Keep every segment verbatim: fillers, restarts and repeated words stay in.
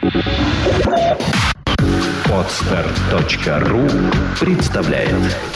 Подстер точка ру представляет.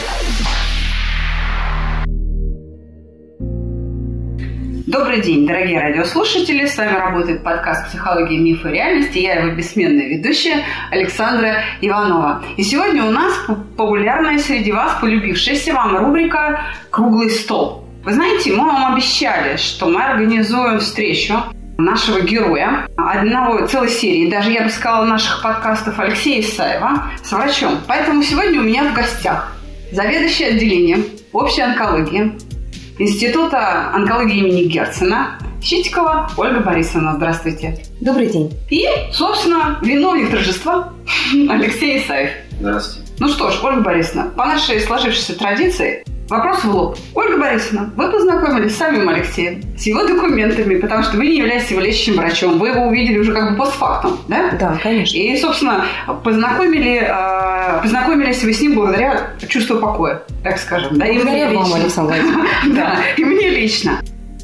Добрый день, дорогие радиослушатели. С вами работает подкаст «Психология, мифы и реальности». Я его бессменная ведущая Александра Иванова. И сегодня у нас популярная среди вас, полюбившаяся вам рубрика «Круглый стол». Вы знаете, мы вам обещали, что мы организуем встречу нашего героя, одного целой серии, даже я бы сказала, наших подкастов Алексея Исаева с врачом. Поэтому сегодня у меня в гостях заведующая отделением общей онкологии Института онкологии имени Герцена Щитикова Ольга Борисовна. Здравствуйте. Добрый день. И, собственно, виновник торжества Алексей Исаев. Здравствуйте. Ну что ж, Ольга Борисовна, по нашей сложившейся традиции, вопрос в лоб. Ольга Борисовна, вы познакомились с самим Алексеем, с его документами, потому что вы не являетесь его лечащим врачом. Вы его увидели уже как бы постфактум, да? Да, конечно. И, собственно, познакомили, познакомились вы с ним благодаря чувству покоя, так скажем. Да, благодаря вам, Александр Владимирович. Да, и мне лично.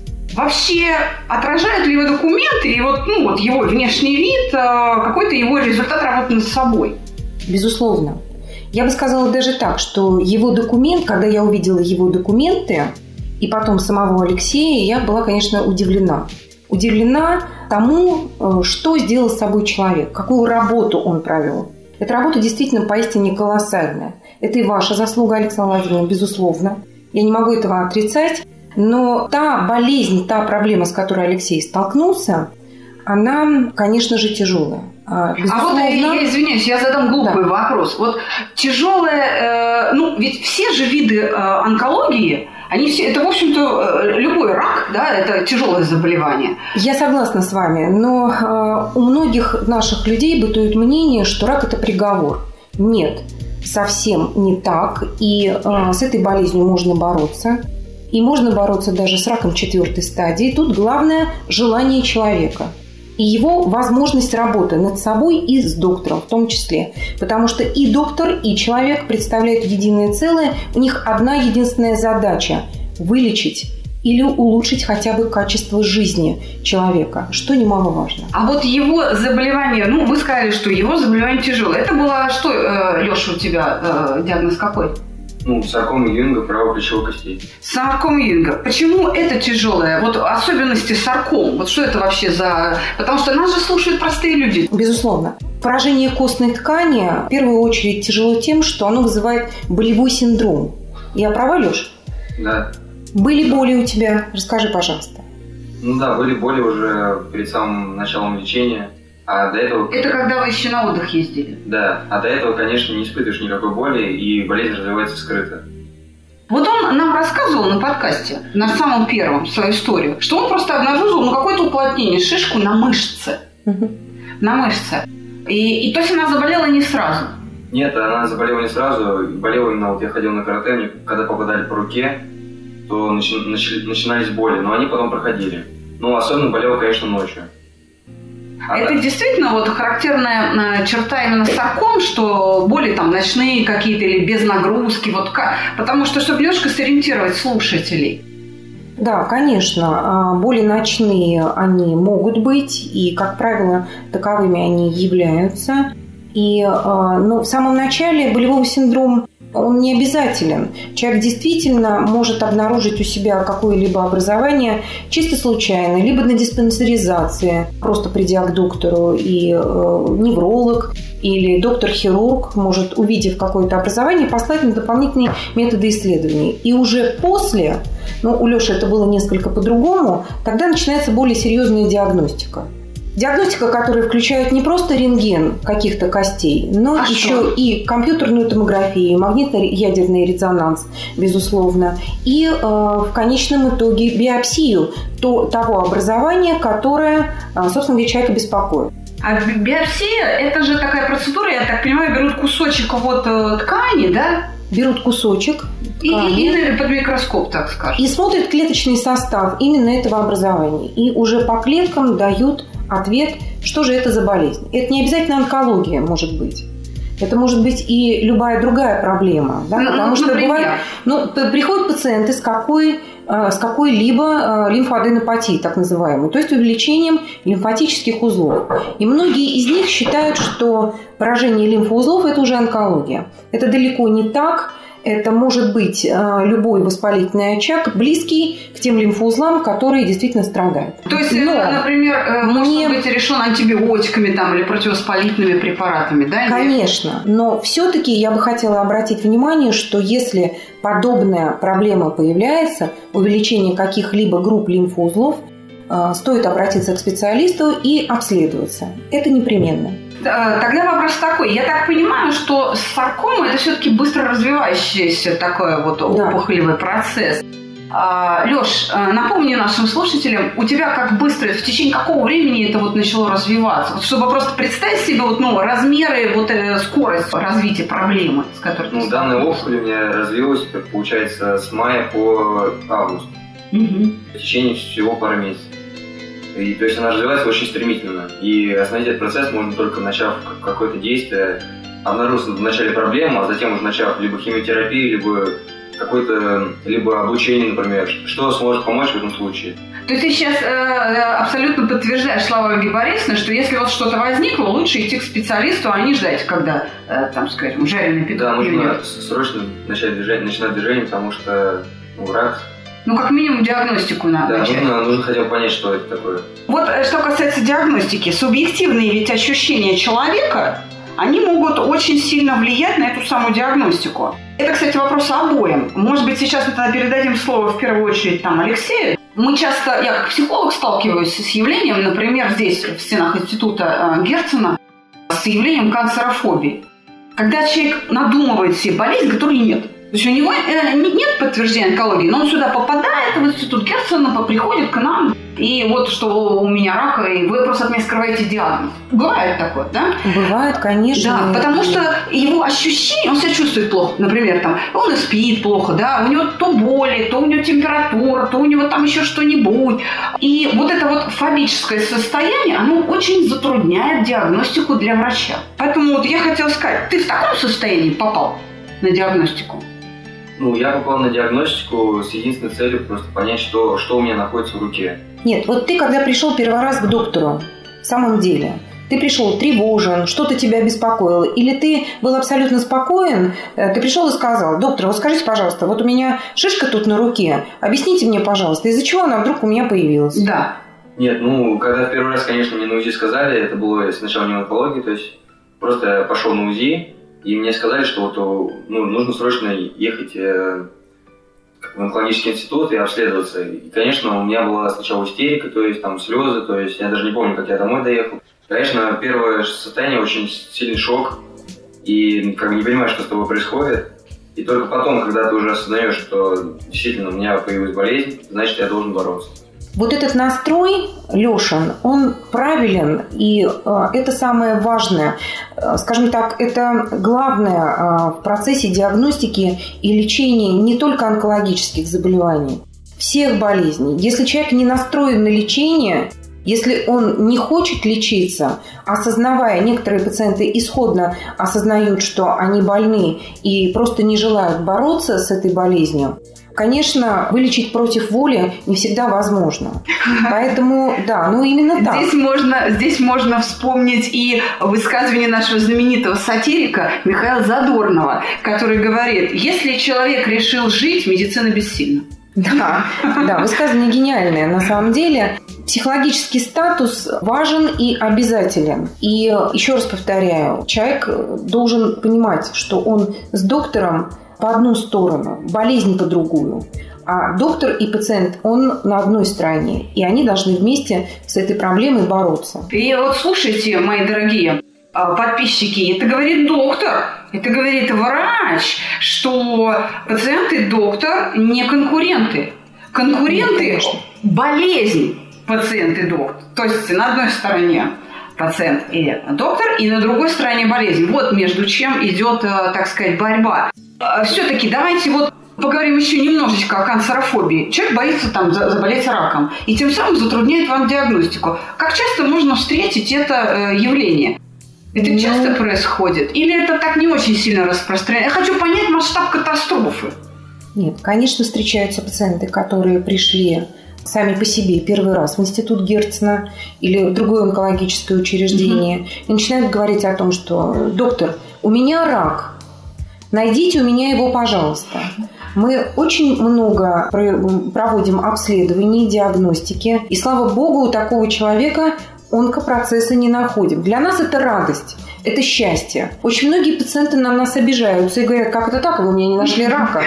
Вообще, отражают ли его документы и вот, ну, вот его внешний вид какой-то его результат работы над собой? Безусловно. Я бы сказала даже так, что его документ, когда я увидела его документы и потом самого Алексея, я была, конечно, удивлена. Удивлена тому, что сделал с собой человек, какую работу он провел. Эта работа действительно поистине колоссальная. Это и ваша заслуга, Александра Владимировна, безусловно. Я не могу этого отрицать. Но та болезнь, та проблема, с которой Алексей столкнулся, она, конечно же, тяжелая. Безусловно. А вот я извиняюсь, я задам глупый да. вопрос. Вот тяжелая, э, ну ведь все же виды э, онкологии, они все, это в общем-то э, любой рак, да, это тяжелое заболевание. Я согласна с вами, но э, у многих наших людей бытует мнение, что рак это приговор. Нет, совсем не так, и э, с этой болезнью можно бороться. И можно бороться даже с раком четвертой стадии. Тут главное желание человека. И его возможность работы над собой и с доктором в том числе. Потому что и доктор, и человек представляют единое целое. У них одна единственная задача – вылечить или улучшить хотя бы качество жизни человека, что немаловажно. А вот его заболевание, ну, вы сказали, что его заболевание тяжелое. Это было что, Леша, у тебя диагноз какой? Ну, саркома Юнга правой плечевой кости. Саркома Юнга. Почему это тяжелое? Вот особенности сарком. Вот что это вообще за... Потому что нас же слушают простые люди. Безусловно. Поражение костной ткани в первую очередь тяжело тем, что оно вызывает болевой синдром. Я права, Лёш? Да. Были боли у тебя? Расскажи, пожалуйста. Ну да, были боли уже перед самым началом лечения. А до этого... Это когда вы еще на отдых ездили? Да. А до этого, конечно, не испытываешь никакой боли, и болезнь развивается скрыто. Вот он нам рассказывал на подкасте, на самом первом, свою историю, что он просто обнаружил ну, какое-то уплотнение, шишку на мышце. Угу. На мышце. И, и то есть она заболела не сразу? Нет, она заболела не сразу. Болела именно, вот я ходил на карате, мне когда попадали по руке, то начи, начи, начинались боли, но они потом проходили. Но особенно болела, конечно, ночью. Это действительно вот характерная черта именно сарком, что боли там ночные какие-то или без нагрузки, вот как? Потому что, чтобы немножко сориентировать слушателей. Да, конечно, боли ночные, они могут быть, и, как правило, таковыми они являются. И ну, в самом начале болевой синдром, он не обязателен. Человек действительно может обнаружить у себя какое-либо образование чисто случайно, либо на диспансеризации, просто придя к доктору, и э, невролог или доктор-хирург может, увидев какое-то образование, послать на дополнительные методы исследований. И уже после, ну, у Лёши это было несколько по-другому, тогда начинается более серьезная диагностика. Диагностика, которая включает не просто рентген каких-то костей, но а еще что? И компьютерную томографию, магнитно-ядерный резонанс, безусловно, и э, в конечном итоге биопсию то, того образования, которое, э, собственно говоря, человека беспокоит. А биопсия – это же такая процедура, я так понимаю, берут кусочек вот ткани, да? Берут кусочек ткани. И, и под микроскоп, так скажем. И смотрят клеточный состав именно этого образования. И уже по клеткам дают ответ, что же это за болезнь. Это не обязательно онкология, может быть. Это может быть и любая другая проблема. Да? Ну, Потому что например? бывает, ну, приходят пациенты с какой с какой-либо лимфоаденопатией, так называемой, то есть увеличением лимфатических узлов. И многие из них считают, что поражение лимфоузлов – это уже онкология. Это далеко не так. Это может быть любой воспалительный очаг, близкий к тем лимфоузлам, которые действительно страдают. То есть, Но например, мне... может быть решен антибиотиками там, или противовоспалительными препаратами, да? Конечно. Но все-таки я бы хотела обратить внимание, что если подобная проблема появляется, увеличение каких-либо групп лимфоузлов, стоит обратиться к специалисту и обследоваться. Это непременно. Тогда вопрос такой. Я так понимаю, что саркома – это все-таки быстро развивающийся такой вот опухолевый да. процесс. Лёш, напомни нашим слушателям, у тебя как быстро, в течение какого времени это вот начало развиваться? Вот, чтобы просто представить себе вот, ну, размеры, вот, скорость развития проблемы, с которой ну, данная опухоль у меня развилась, получается, с мая по август. Угу. В течение всего пары месяцев. И, то есть она развивается очень стремительно. И остановить этот процесс можно только начав какое-то действие, обнаружив в начале проблему, а затем уже начав либо химиотерапию, либо какое-то либо облучение, например, что сможет помочь в этом случае. То есть ты сейчас э, абсолютно подтверждаешь слова Ольги Борисовны, что если вот что-то возникло, лучше идти к специалисту, а не ждать, когда, э, там, скажем, жареный петух. Да, нужно срочно начать движение, начинать движение, потому что ну, рак. Ну, как минимум, диагностику надо да, начать. нужно, нужно хотя бы понять, что это такое. Вот что касается диагностики, субъективные ведь ощущения человека, они могут очень сильно влиять на эту самую диагностику. Это, кстати, вопрос обоим. Может быть, сейчас мы тогда передадим слово в первую очередь там Алексею. Мы часто, я как психолог сталкиваюсь с явлением, например, здесь, в стенах института Герцена, с явлением канцерофобии. Когда человек надумывает себе болезнь, которой нет. То есть у него э, нет подтверждения онкологии, но он сюда попадает, в институт Герцена, приходит к нам, и вот что у меня рак, и вы просто от меня скрываете диагноз. Бывает такое, да? Бывает, конечно. Да, потому что его ощущение, он себя чувствует плохо, например, там, он и спит плохо, да, у него то боли, то у него температура, то у него там еще что-нибудь. И вот это вот фобическое состояние, оно очень затрудняет диагностику для врача. Поэтому вот я хотела сказать, ты в таком состоянии попал на диагностику? Ну, я попал на диагностику с единственной целью просто понять, что, что у меня находится в руке. Нет, вот ты, когда пришел первый раз к доктору, в самом деле, ты пришел тревожен, что-то тебя беспокоило, или ты был абсолютно спокоен, ты пришел и сказал: доктор, вот скажите, пожалуйста, вот у меня шишка тут на руке, объясните мне, пожалуйста, из-за чего она вдруг у меня появилась? Да. Нет, ну, когда в первый раз, конечно, мне на УЗИ сказали, это было сначала не онкология, то есть просто я пошел на УЗИ, и мне сказали, что вот, ну, нужно срочно ехать э, в онкологический институт и обследоваться. И, конечно, у меня была сначала истерика, то есть там слезы, то есть я даже не помню, как я домой доехал. Конечно, первое состояние очень сильный шок, и как бы не понимаешь, что с тобой происходит. И только потом, когда ты уже осознаешь, что действительно у меня появилась болезнь, значит, я должен бороться. Вот этот настрой, Лёшин, он правилен, и э, это самое важное. Э, скажем так, это главное э, в процессе диагностики и лечения не только онкологических заболеваний, всех болезней. Если человек не настроен на лечение, если он не хочет лечиться, осознавая, некоторые пациенты исходно осознают, что они больны и просто не желают бороться с этой болезнью, конечно, вылечить против воли не всегда возможно. Поэтому, да, ну именно так. Здесь можно, здесь можно вспомнить и высказывание нашего знаменитого сатирика Михаила Задорнова, который говорит: если человек решил жить, медицина бессильна. Да, да, высказывание гениальное. На самом деле психологический статус важен и обязателен. И еще раз повторяю, человек должен понимать, что он с доктором по одну сторону, болезнь по другую. А доктор и пациент, он на одной стороне. И они должны вместе с этой проблемой бороться. И вот слушайте, мои дорогие подписчики, это говорит доктор, это говорит врач, что пациент и доктор не конкуренты. Конкуренты – болезнь пациент и доктор. То есть на одной стороне пациент и доктор, и на другой стороне болезнь. Вот между чем идет, так сказать, борьба. Все-таки давайте вот поговорим еще немножечко о канцерофобии. Человек боится там заболеть раком, и тем самым затрудняет вам диагностику. Как часто можно встретить это явление? Это ну... часто происходит? Или это так не очень сильно распространено? Я хочу понять масштаб катастрофы. Нет, конечно, встречаются пациенты, которые пришли сами по себе первый раз в институт Герцена или в другое онкологическое учреждение, mm-hmm. и начинают говорить о том, что доктор, у меня рак, найдите у меня его, пожалуйста. Мы очень много проводим обследований, диагностики, и, слава богу, у такого человека онкопроцесса не находим. Для нас это радость. Это счастье. Очень многие пациенты на нас обижаются и говорят, как это так, вы у меня не нашли рака.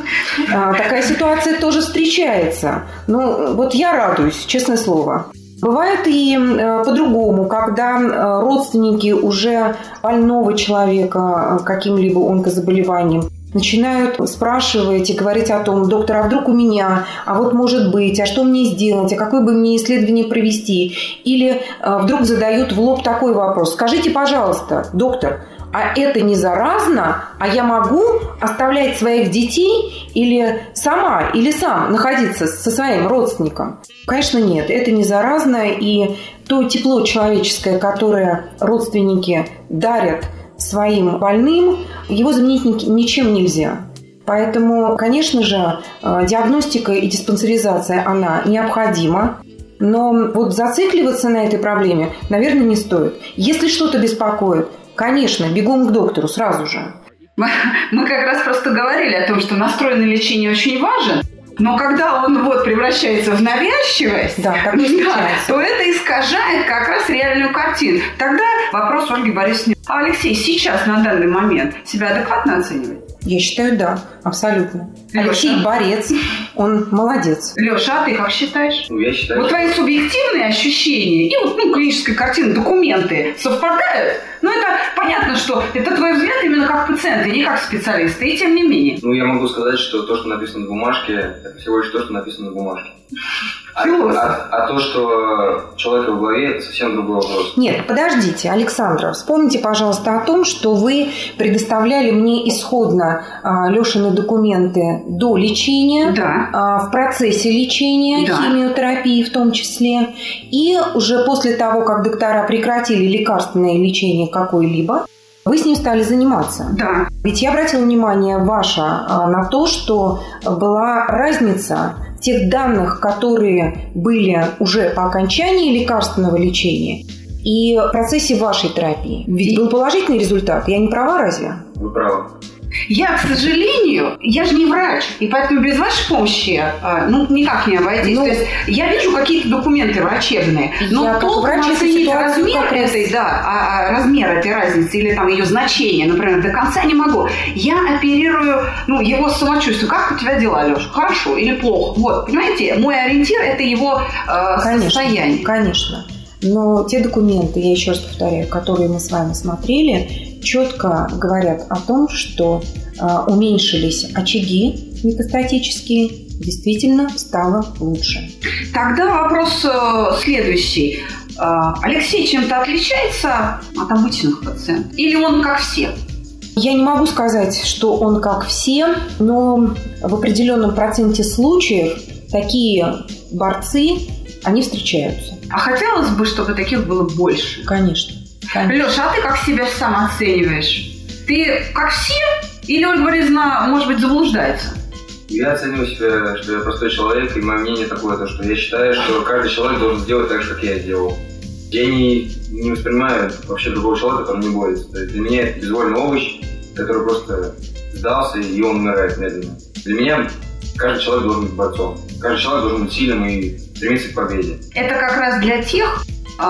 Такая ситуация тоже встречается. Ну, вот я радуюсь, честное слово. Бывает и по-другому, когда родственники уже больного человека каким-либо онкозаболеванием начинают спрашивать и говорить о том, доктор, а вдруг у меня, а вот может быть, а что мне сделать, а какое бы мне исследование провести? Или а, вдруг задают в лоб такой вопрос. Скажите, пожалуйста, доктор, а это не заразно? А я могу оставлять своих детей или сама, или сам находиться со своим родственником? Конечно, нет, это не заразно. И то тепло человеческое, которое родственники дарят своим больным, его заменить ничем нельзя. Поэтому, конечно же, диагностика и диспансеризация, она необходима. Но вот зацикливаться на этой проблеме, наверное, не стоит. Если что-то беспокоит, конечно, бегом к доктору сразу же. Мы, мы как раз просто говорили о том, что настрой на лечение очень важен. Но когда он вот превращается в навязчивость, да, да, то это искажает как раз реальную картину. Тогда вопрос Ольги Борисовны. А Алексей сейчас, на данный момент, себя адекватно оценивает? Я считаю, да, абсолютно. Леша? Алексей борец, он молодец. Леша, а ты как считаешь? Ну, я считаю, вот что... твои субъективные ощущения и вот, ну, клиническая картина, документы совпадают? Ну, это понятно, что это твой взгляд именно как пациента, не как специалиста, и тем не менее. Ну, я могу сказать, что то, что написано на бумажке, это всего лишь то, что написано на бумажке. А, а, а то, что человека в голове, это совсем другой вопрос. Нет, подождите, Александра, вспомните, пожалуйста, о том, что вы предоставляли мне исходно а, Лешины документы до лечения, да. а, в процессе лечения, да. химиотерапии в том числе, и уже после того, как доктора прекратили лекарственное лечение какое-либо, вы с ним стали заниматься. Да. Ведь я обратила внимание ваше а, на то, что была разница в тех данных, которые были уже по окончании лекарственного лечения, и в процессе вашей терапии. Ведь был положительный результат. Я не права разве? Вы правы. Я, к сожалению, я же не врач, и поэтому без вашей помощи ну, никак не обойтись. Ну, то есть я вижу какие-то документы врачебные, но толком оценить размер этой, да, а, размер этой разницы или там ее значение, например, до конца не могу. Я оперирую ну, его самочувствие. Как у тебя дела, Леша? Хорошо или плохо? Вот, понимаете, мой ориентир – это его э, конечно, состояние. Конечно. Но те документы, я еще раз повторяю, которые мы с вами смотрели, четко говорят о том, что э, уменьшились очаги метастатические, действительно стало лучше. Тогда вопрос э, следующий. Э, Алексей чем-то отличается от обычных пациентов? Или он как все? Я не могу сказать, что он как все, но в определенном проценте случаев такие борцы, они встречаются. А хотелось бы, чтобы таких было больше? Конечно. Конечно. Леша, а ты как себя сам оцениваешь? Ты как все? Или Ольга Борисовна, может быть, заблуждается? Я оцениваю себя, что я простой человек, и мое мнение такое, то, что я считаю, что каждый человек должен сделать так же, как я сделал. Я не, не воспринимаю вообще другого человека, который не борется. То есть для меня это безвольный овощ, который просто сдался, и он умирает медленно. Для меня каждый человек должен быть борцом. Каждый человек должен быть сильным и стремиться к победе. Это как раз для тех,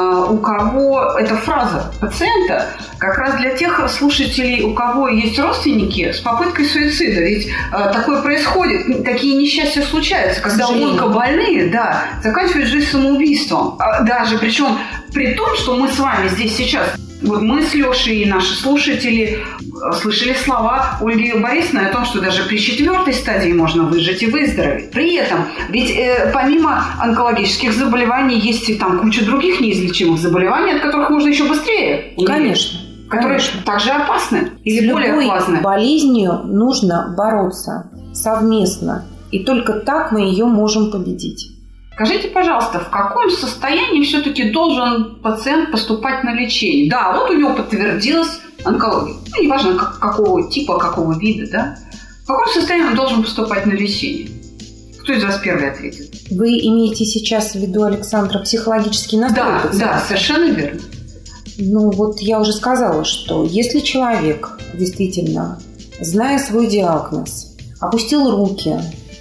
у кого эта фраза пациента, как раз для тех слушателей, у кого есть родственники с попыткой суицида. Ведь э, такое происходит, такие несчастья случаются, когда онкобольные, да, заканчивают жизнь самоубийством. Даже, причем при том, что мы с вами здесь сейчас, вот мы с Лешей и наши слушатели слышали слова Ольги Борисовны о том, что даже при четвертой стадии можно выжить и выздороветь. При этом, ведь э, помимо онкологических заболеваний есть и там куча других неизлечимых заболеваний, от которых можно еще быстрее умереть. Конечно. Которые конечно. также опасны или с более любой опасны. Болезнью нужно бороться совместно. И только так мы ее можем победить. Скажите, пожалуйста, в каком состоянии все-таки должен пациент поступать на лечение? Да, вот у него подтвердилась онкология. Ну, неважно, как, какого типа, какого вида, да? В каком состоянии он должен поступать на лечение? Кто из вас первый ответит? Вы имеете сейчас в виду, Александра, психологический настрой? Да, пациента? Да, совершенно верно. Ну вот я уже сказала, что если человек действительно, зная свой диагноз, опустил руки,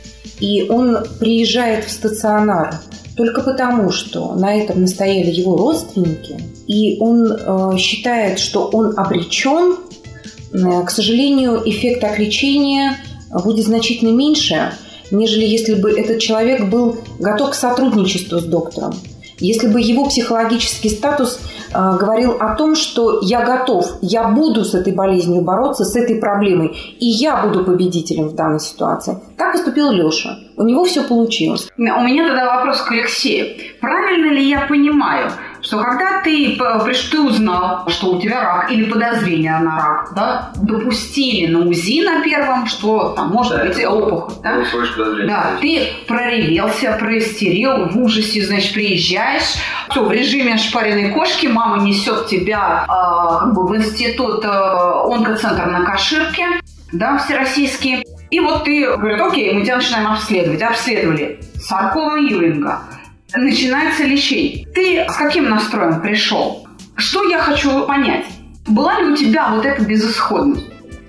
и он приезжает в стационар только потому, что на этом настояли его родственники, и он э, считает, что он обречен, э, к сожалению, эффект от лечения будет значительно меньше, нежели если бы этот человек был готов к сотрудничеству с доктором. Если бы его психологический статус э, говорил о том, что я готов, я буду с этой болезнью бороться, с этой проблемой, и я буду победителем в данной ситуации. Так поступил Леша. У него все получилось. У меня тогда вопрос к Алексею. Правильно ли я понимаю, что когда ты, ты узнал, что у тебя рак или подозрение на рак, да, допустили на УЗИ на первом, что там может да, быть опухоль, да? Да, ты проревелся, проистерил, в ужасе, значит, приезжаешь, все, в режиме ошпаренной кошки, мама несет тебя э, как бы в институт э, онкоцентр на Каширке, да, всероссийский. И вот ты говоришь, окей, мы тебя начинаем обследовать. Обследовали саркома Юинга. Начинается лечение. Ты с каким настроем пришел? Что я хочу понять? Была ли у тебя вот эта безысходность?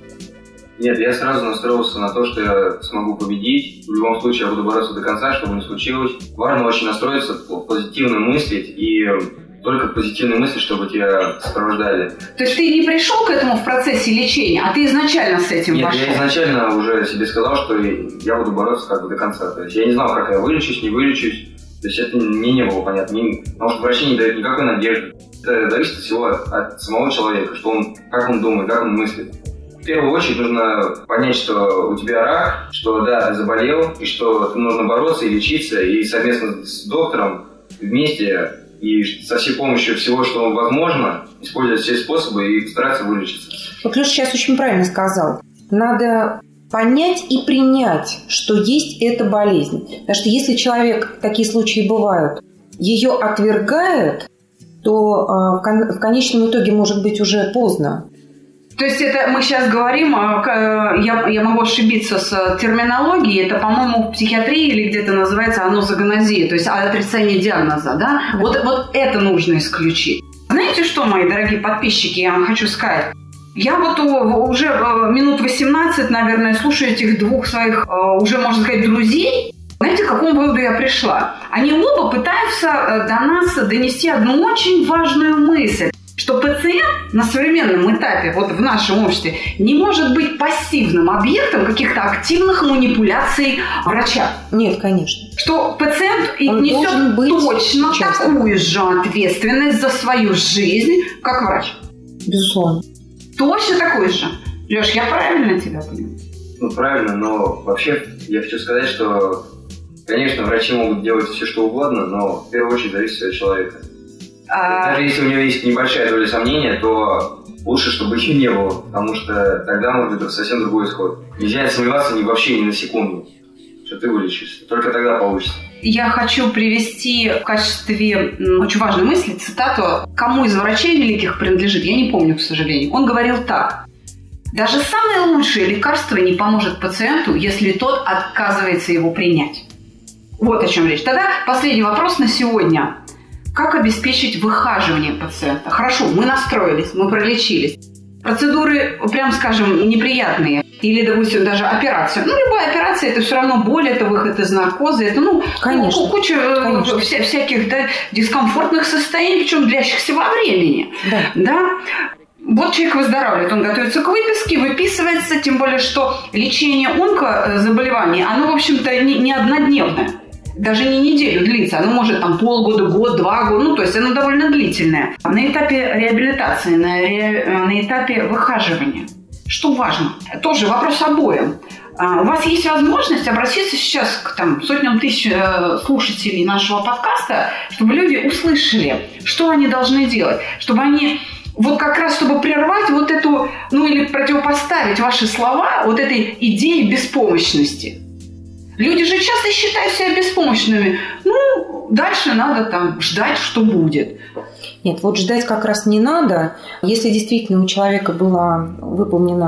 Нет, я сразу настроился на то, что я смогу победить. В любом случае я буду бороться до конца, чтобы не случилось. Важно очень настроиться, позитивно мыслить и только позитивные мысли, чтобы тебя сопровождали. То есть ты не пришел к этому в процессе лечения, а ты изначально с этим Нет, пошел? Нет, я изначально уже себе сказал, что я буду бороться как бы до конца. То есть я не знал, как я вылечусь, не вылечусь. То есть это мне не было понятно, потому что врачи не дают никакой надежды. Это зависит от всего от, от самого человека, что он, как он думает, как он мыслит. В первую очередь нужно понять, что у тебя рак, что да, ты заболел, и что ты нужно бороться и лечиться, и совместно с доктором вместе и со всей помощью всего, что возможно, использовать все способы и постараться вылечиться. Вот Леша сейчас очень правильно сказал. Надо понять и принять, что есть эта болезнь. Потому что если человек, такие случаи бывают, ее отвергает, то э, в, кон- в конечном итоге может быть уже поздно. То есть это мы сейчас говорим, я, я могу ошибиться с терминологией, это, по-моему, в психиатрии или где-то называется анозогонозия, то есть отрицание диагноза, да? Вот, вот это нужно исключить. Знаете что, мои дорогие подписчики, я вам хочу сказать? Я вот уже минут восемнадцать, наверное, слушаю этих двух своих, уже, можно сказать, друзей. Знаете, к какому выводу я пришла? Они оба пытаются до нас донести одну очень важную мысль, что пациент на современном этапе, вот в нашем обществе, не может быть пассивным объектом каких-то активных манипуляций врача. Нет, конечно. Что пациент Он несет точно часто. такую же ответственность за свою жизнь, как врач. Безусловно. Точно такой же. Леш, я правильно тебя понимаю? Ну, правильно, но вообще я хочу сказать, что, конечно, врачи могут делать все, что угодно, но в первую очередь зависит от человека. А... Даже если у него есть небольшая доля сомнения, то лучше, чтобы их не было, потому что тогда может быть совсем другой исход. Нельзя сомневаться ни вообще ни на секунду, что ты вылечишься. Только тогда получится. Я хочу привести в качестве очень важной мысли цитату, кому из врачей великих принадлежит, я не помню, к сожалению. Он говорил так. Даже самое лучшее лекарство не поможет пациенту, если тот отказывается его принять. Вот о чем речь. Тогда последний вопрос на сегодня. Как обеспечить выхаживание пациента? Хорошо, мы настроились, мы пролечились. Процедуры, прям скажем, неприятные. Или, допустим, даже операция. Ну, любая операция – это все равно боль, это выход из наркоза. Это, ну, конечно, ну куча конечно. Вся, всяких да, дискомфортных состояний, причем длящихся во времени. Да. Да? Вот человек выздоравливает, он готовится к выписке, выписывается, тем более, что лечение онкозаболеваний, оно, в общем-то, не, не однодневное. Даже не неделю длится, оно может там полгода, год, два года, ну, то есть оно довольно длительное. На этапе реабилитации, на, ре, на этапе выхаживания. Что важно? Тоже вопрос обоим. У вас есть возможность обратиться сейчас к там, сотням тысяч слушателей нашего подкаста, чтобы люди услышали, что они должны делать, чтобы они вот как раз, чтобы прервать вот эту, ну или противопоставить ваши слова вот этой идее беспомощности. Люди же часто считают себя беспомощными. Ну, дальше надо там ждать, что будет. Нет, вот ждать как раз не надо. Если действительно у человека была выполнена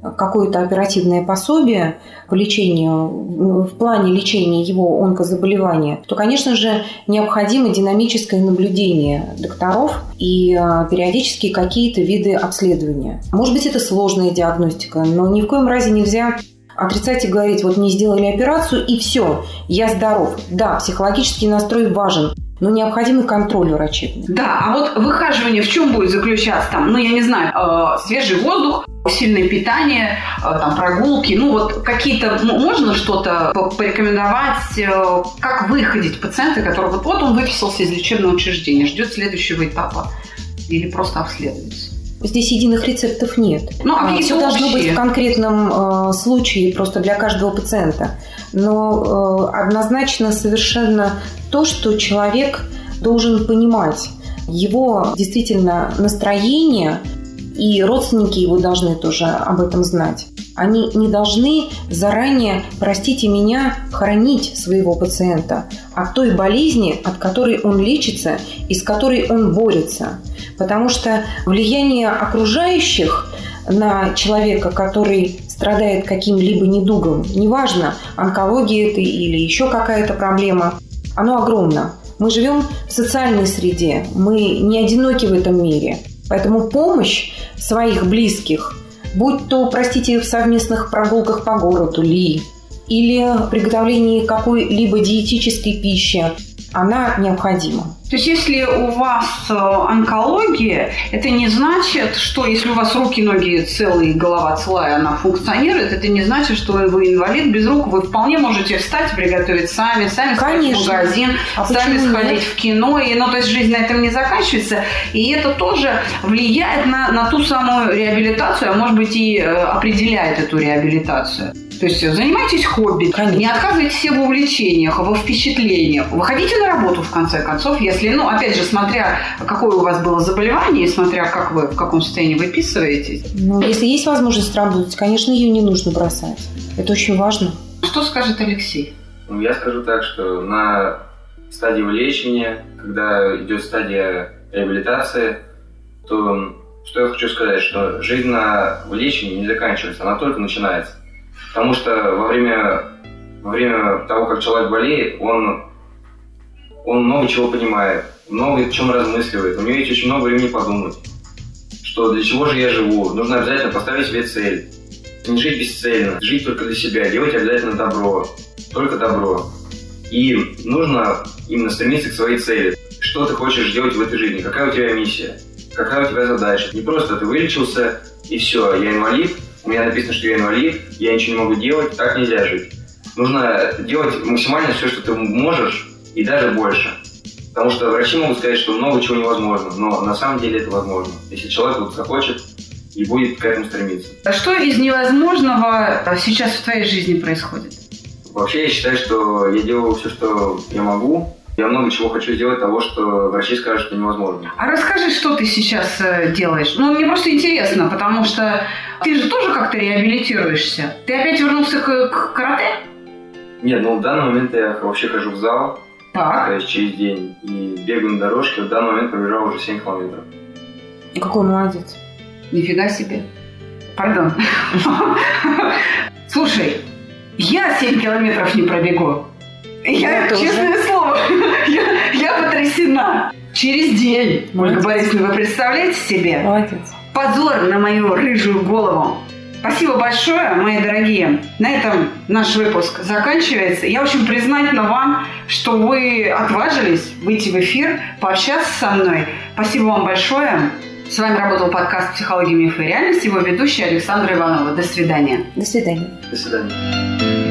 какое-то оперативное пособие по лечению, в плане лечения его онкозаболевания, то, конечно же, необходимо динамическое наблюдение докторов и периодически какие-то виды обследования. Может быть, это сложная диагностика, но ни в коем разе нельзя отрицать и говорить: вот мне сделали операцию и все, я здоров. Да, психологический настрой важен, но необходимый контроль врачебный. Да, а вот выхаживание в чем будет заключаться? Там, ну, я не знаю, э, свежий воздух, сильное питание, э, там, прогулки. Ну, вот какие-то, ну, можно что-то порекомендовать, э, как выходить пациента, который вот, вот он выписался из лечебного учреждения, ждет следующего этапа или просто обследуется? Здесь единых рецептов нет. Ну, а все должно быть в конкретном э, случае, просто для каждого пациента. Но э, однозначно совершенно то, что человек должен понимать. Его действительно настроение, и родственники его должны тоже об этом знать. Они не должны заранее, простите меня, хоронить своего пациента от той болезни, от которой он лечится и с которой он борется. Потому что влияние окружающих на человека, который страдает каким-либо недугом, неважно, онкология это или еще какая-то проблема, оно огромно. Мы живем в социальной среде, мы не одиноки в этом мире. Поэтому помощь своих близких, будь то, простите, в совместных прогулках по городу ли, или приготовлении какой-либо диетической пищи, она необходима. То есть, если у вас онкология, это не значит, что если у вас руки, ноги целые, голова целая, она функционирует, это не значит, что вы инвалид без рук, вы вполне можете встать, приготовить сами, сами сходить в магазин, а сами сходить нет? в кино. И, ну, то есть, жизнь на этом не заканчивается. И это тоже влияет на, на ту самую реабилитацию, а может быть и определяет эту реабилитацию. То есть занимайтесь хобби, Конечно. Не отказывайтесь себе в увлечениях, во впечатлениях. Выходите на работу, в конце концов, если, ну, опять же, смотря какое у вас было заболевание, смотря как вы, в каком состоянии выписываетесь. Ну, если есть возможность работать, конечно, ее не нужно бросать. Это очень важно. Что скажет Алексей? Ну, я скажу так, что на стадии вылечивания, когда идет стадия реабилитации, то что я хочу сказать, что жизнь на вылечивании не заканчивается, она только начинается. Потому что во время, во время того, как человек болеет, он, он много чего понимает, много о чем размысливает. У него есть очень много времени подумать, что для чего же я живу. Нужно обязательно поставить себе цель. Не жить бесцельно, жить только для себя, делать обязательно добро, только добро. И нужно именно стремиться к своей цели. Что ты хочешь делать в этой жизни, какая у тебя миссия, какая у тебя задача. Не просто ты вылечился и все, я инвалид. У меня написано, что я инвалид, я ничего не могу делать, так нельзя жить. Нужно делать максимально все, что ты можешь, и даже больше. Потому что врачи могут сказать, что много чего невозможно, но на самом деле это возможно, если человек вот захочет и будет к этому стремиться. А что из невозможного сейчас в твоей жизни происходит? Вообще я считаю, что я делаю все, что я могу. Я много чего хочу сделать того, что врачи скажут, что невозможно. А расскажи, что ты сейчас делаешь? Ну, мне просто интересно, потому что ты же тоже как-то реабилитируешься. Ты опять вернулся к, к карате? Нет, ну в данный момент я вообще хожу в зал, так. То есть через день, и бегаю на дорожке. В данный момент пробежал уже семь километров. Какой молодец. Нифига себе. Пардон. Слушай, я семь километров не пробегу. Я, я честное слово, я, я потрясена. Через день, Ольга Борисовна, вы представляете себе? Молодец. Позор на мою рыжую голову. Спасибо большое, мои дорогие. На этом наш выпуск заканчивается. Я очень признательна вам, что вы отважились выйти в эфир, пообщаться со мной. Спасибо вам большое. С вами работал подкаст «Психология, мифы и реальность», его ведущая Александра Иванова. До свидания. До свидания. До свидания.